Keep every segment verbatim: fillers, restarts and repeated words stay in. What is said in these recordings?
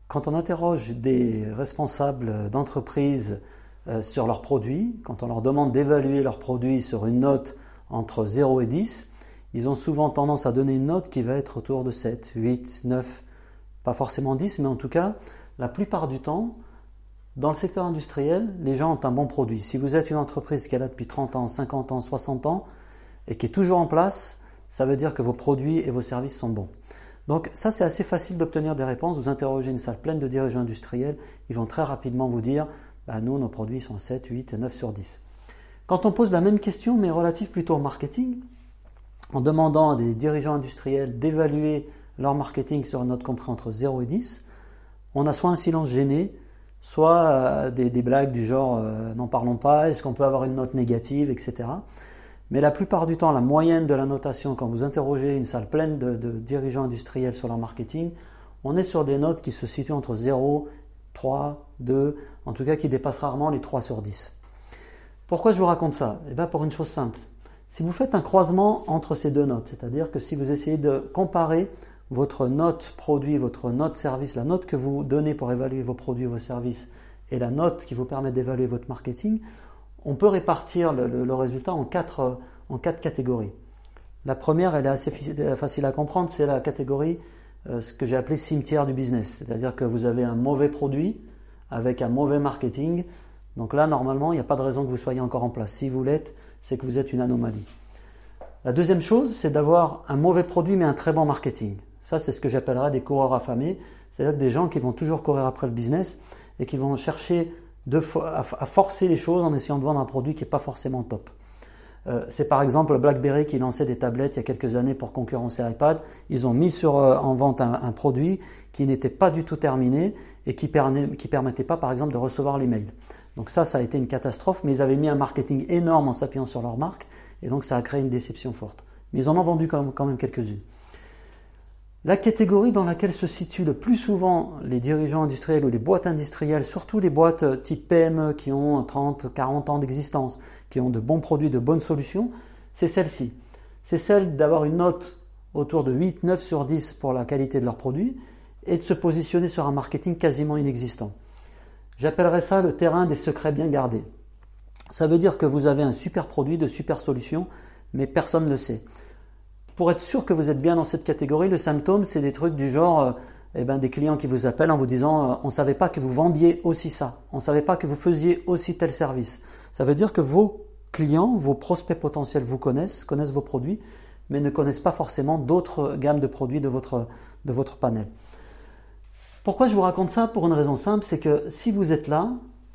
Quand on interroge des responsables d'entreprise euh, sur leurs produits, quand on leur demande d'évaluer leurs produits sur une note entre zéro et dix, ils ont souvent tendance à donner une note qui va être autour de sept, huit, neuf, pas forcément dix, mais en tout cas, la plupart du temps, dans le secteur industriel, les gens ont un bon produit. Si vous êtes une entreprise qui est là depuis trente ans, cinquante ans, soixante ans et qui est toujours en place, ça veut dire que vos produits et vos services sont bons. Donc ça, c'est assez facile d'obtenir des réponses. Vous interrogez une salle pleine de dirigeants industriels, ils vont très rapidement vous dire bah, « nous, nos produits sont sept, huit et neuf sur dix ». Quand on pose la même question, mais relative plutôt au marketing, en demandant à des dirigeants industriels d'évaluer leur marketing sur une note comprise entre zéro et dix, on a soit un silence gêné, soit euh, des, des blagues du genre euh, « n'en parlons pas, est-ce qu'on peut avoir une note négative ?» et cetera. Mais la plupart du temps, la moyenne de la notation, quand vous interrogez une salle pleine de, de dirigeants industriels sur leur marketing, on est sur des notes qui se situent entre zéro, trois, deux, en tout cas qui dépassent rarement les trois sur dix. Pourquoi je vous raconte ça? Eh bien pour une chose simple. Si vous faites un croisement entre ces deux notes, c'est-à-dire que si vous essayez de comparer votre note produit, votre note service, la note que vous donnez pour évaluer vos produits et vos services, et la note qui vous permet d'évaluer votre marketing, on peut répartir le, le, le résultat en quatre, en quatre catégories. La première, elle est assez facile à comprendre, c'est la catégorie, euh, ce que j'ai appelé cimetière du business. C'est-à-dire que vous avez un mauvais produit avec un mauvais marketing. Donc là, normalement, il n'y a pas de raison que vous soyez encore en place. Si vous l'êtes, c'est que vous êtes une anomalie. La deuxième chose, c'est d'avoir un mauvais produit mais un très bon marketing. Ça, c'est ce que j'appellerais des coureurs affamés. C'est-à-dire des gens qui vont toujours courir après le business et qui vont chercher de, à, à forcer les choses en essayant de vendre un produit qui n'est pas forcément top. Euh, c'est par exemple BlackBerry qui lançait des tablettes il y a quelques années pour concurrencer iPad. Ils ont mis sur, euh, en vente un, un produit qui n'était pas du tout terminé et qui ne qui permettait pas par exemple de recevoir les mails. Donc ça, ça a été une catastrophe, mais ils avaient mis un marketing énorme en s'appuyant sur leur marque et donc ça a créé une déception forte. Mais ils en ont vendu quand même, quand même quelques-unes. La catégorie dans laquelle se situent le plus souvent les dirigeants industriels ou les boîtes industrielles, surtout les boîtes type P M E qui ont trente, quarante ans d'existence, qui ont de bons produits, de bonnes solutions, c'est celle-ci. C'est celle d'avoir une note autour de huit, neuf sur dix pour la qualité de leurs produits et de se positionner sur un marketing quasiment inexistant. J'appellerais ça le terrain des secrets bien gardés. Ça veut dire que vous avez un super produit, de super solutions, mais personne ne le sait. Pour être sûr que vous êtes bien dans cette catégorie, le symptôme, c'est des trucs du genre, euh, eh ben, des clients qui vous appellent en vous disant euh, « on ne savait pas que vous vendiez aussi ça, on ne savait pas que vous faisiez aussi tel service ». Ça veut dire que vos clients, vos prospects potentiels vous connaissent, connaissent vos produits, mais ne connaissent pas forcément d'autres gammes de produits de votre, de votre panel. Pourquoi je vous raconte ça? Pour une raison simple, c'est que si vous êtes là,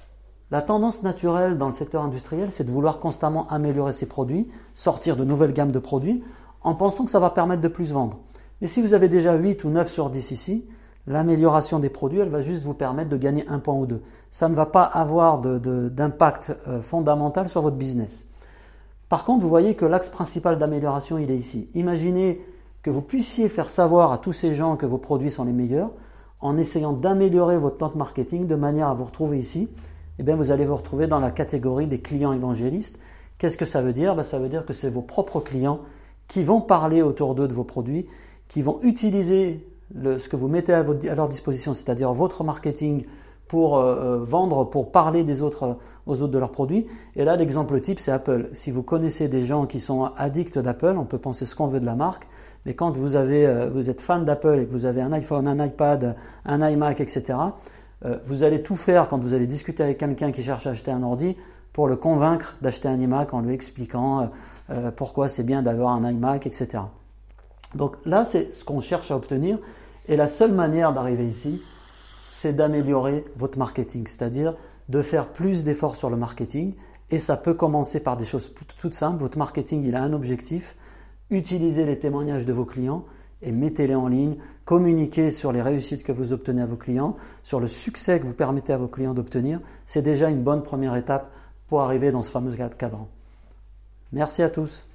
la tendance naturelle dans le secteur industriel, c'est de vouloir constamment améliorer ses produits, sortir de nouvelles gammes de produits, en pensant que ça va permettre de plus vendre. Mais si vous avez déjà huit ou neuf sur dix ici, l'amélioration des produits, elle va juste vous permettre de gagner un point ou deux. Ça ne va pas avoir de, de, d'impact euh, fondamental sur votre business. Par contre, vous voyez que l'axe principal d'amélioration, il est ici. Imaginez que vous puissiez faire savoir à tous ces gens que vos produits sont les meilleurs, en essayant d'améliorer votre note marketing de manière à vous retrouver ici. Eh bien, vous allez vous retrouver dans la catégorie des clients évangélistes. Qu'est-ce que ça veut dire? Ben, ça veut dire que c'est vos propres clients qui vont parler autour d'eux de vos produits, qui vont utiliser le, ce que vous mettez à, votre, à leur disposition, c'est-à-dire votre marketing pour euh, vendre, pour parler des autres, aux autres de leurs produits. Et là, l'exemple type, c'est Apple. Si vous connaissez des gens qui sont addicts d'Apple, on peut penser ce qu'on veut de la marque, mais quand vous, avez, euh, vous êtes fan d'Apple et que vous avez un iPhone, un iPad, un iMac, et cetera, euh, vous allez tout faire quand vous allez discuter avec quelqu'un qui cherche à acheter un ordi pour le convaincre d'acheter un iMac en lui expliquant euh, euh, pourquoi c'est bien d'avoir un iMac, et cetera. Donc là, c'est ce qu'on cherche à obtenir. Et la seule manière d'arriver ici, c'est d'améliorer votre marketing, c'est-à-dire de faire plus d'efforts sur le marketing. Et ça peut commencer par des choses toutes simples. Votre marketing, il a un objectif. Utilisez les témoignages de vos clients et mettez-les en ligne. Communiquez sur les réussites que vous obtenez à vos clients, sur le succès que vous permettez à vos clients d'obtenir. C'est déjà une bonne première étape pour arriver dans ce fameux cadran. Merci à tous.